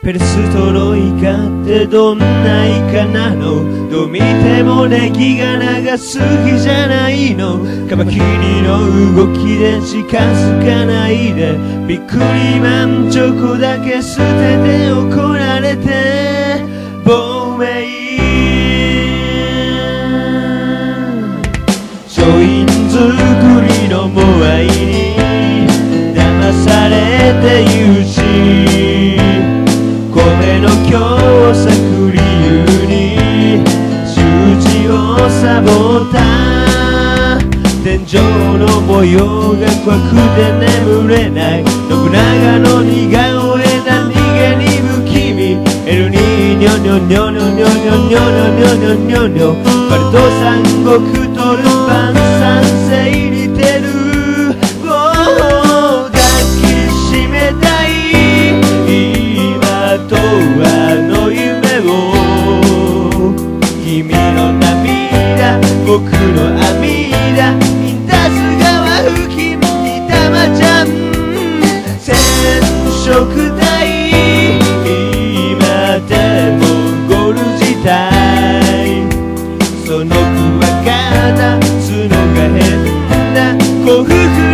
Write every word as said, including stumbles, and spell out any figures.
ペルストロイカってどんなイカなの？どう見てもネギが長すぎじゃないの？カマキリの動きで近づかないで、びっくりマンチョコだけ捨てて怒られて亡命。書院作りのモアイに騙されて有し、米の凶作理由に習字をサボった。天井の模様が怖くて眠れない。信長の似顔絵だ、逃げに不気味。エルニーニョニョニョニョニョニョニョニョニョニョニョ。バルト三国トルパン三世似てる。抱きしめたい今とあの夢を。君の涙僕の涙、インダス川付近にたまちゃん染色体。今でもゴル自体、そのクワガタ角が変だ幸福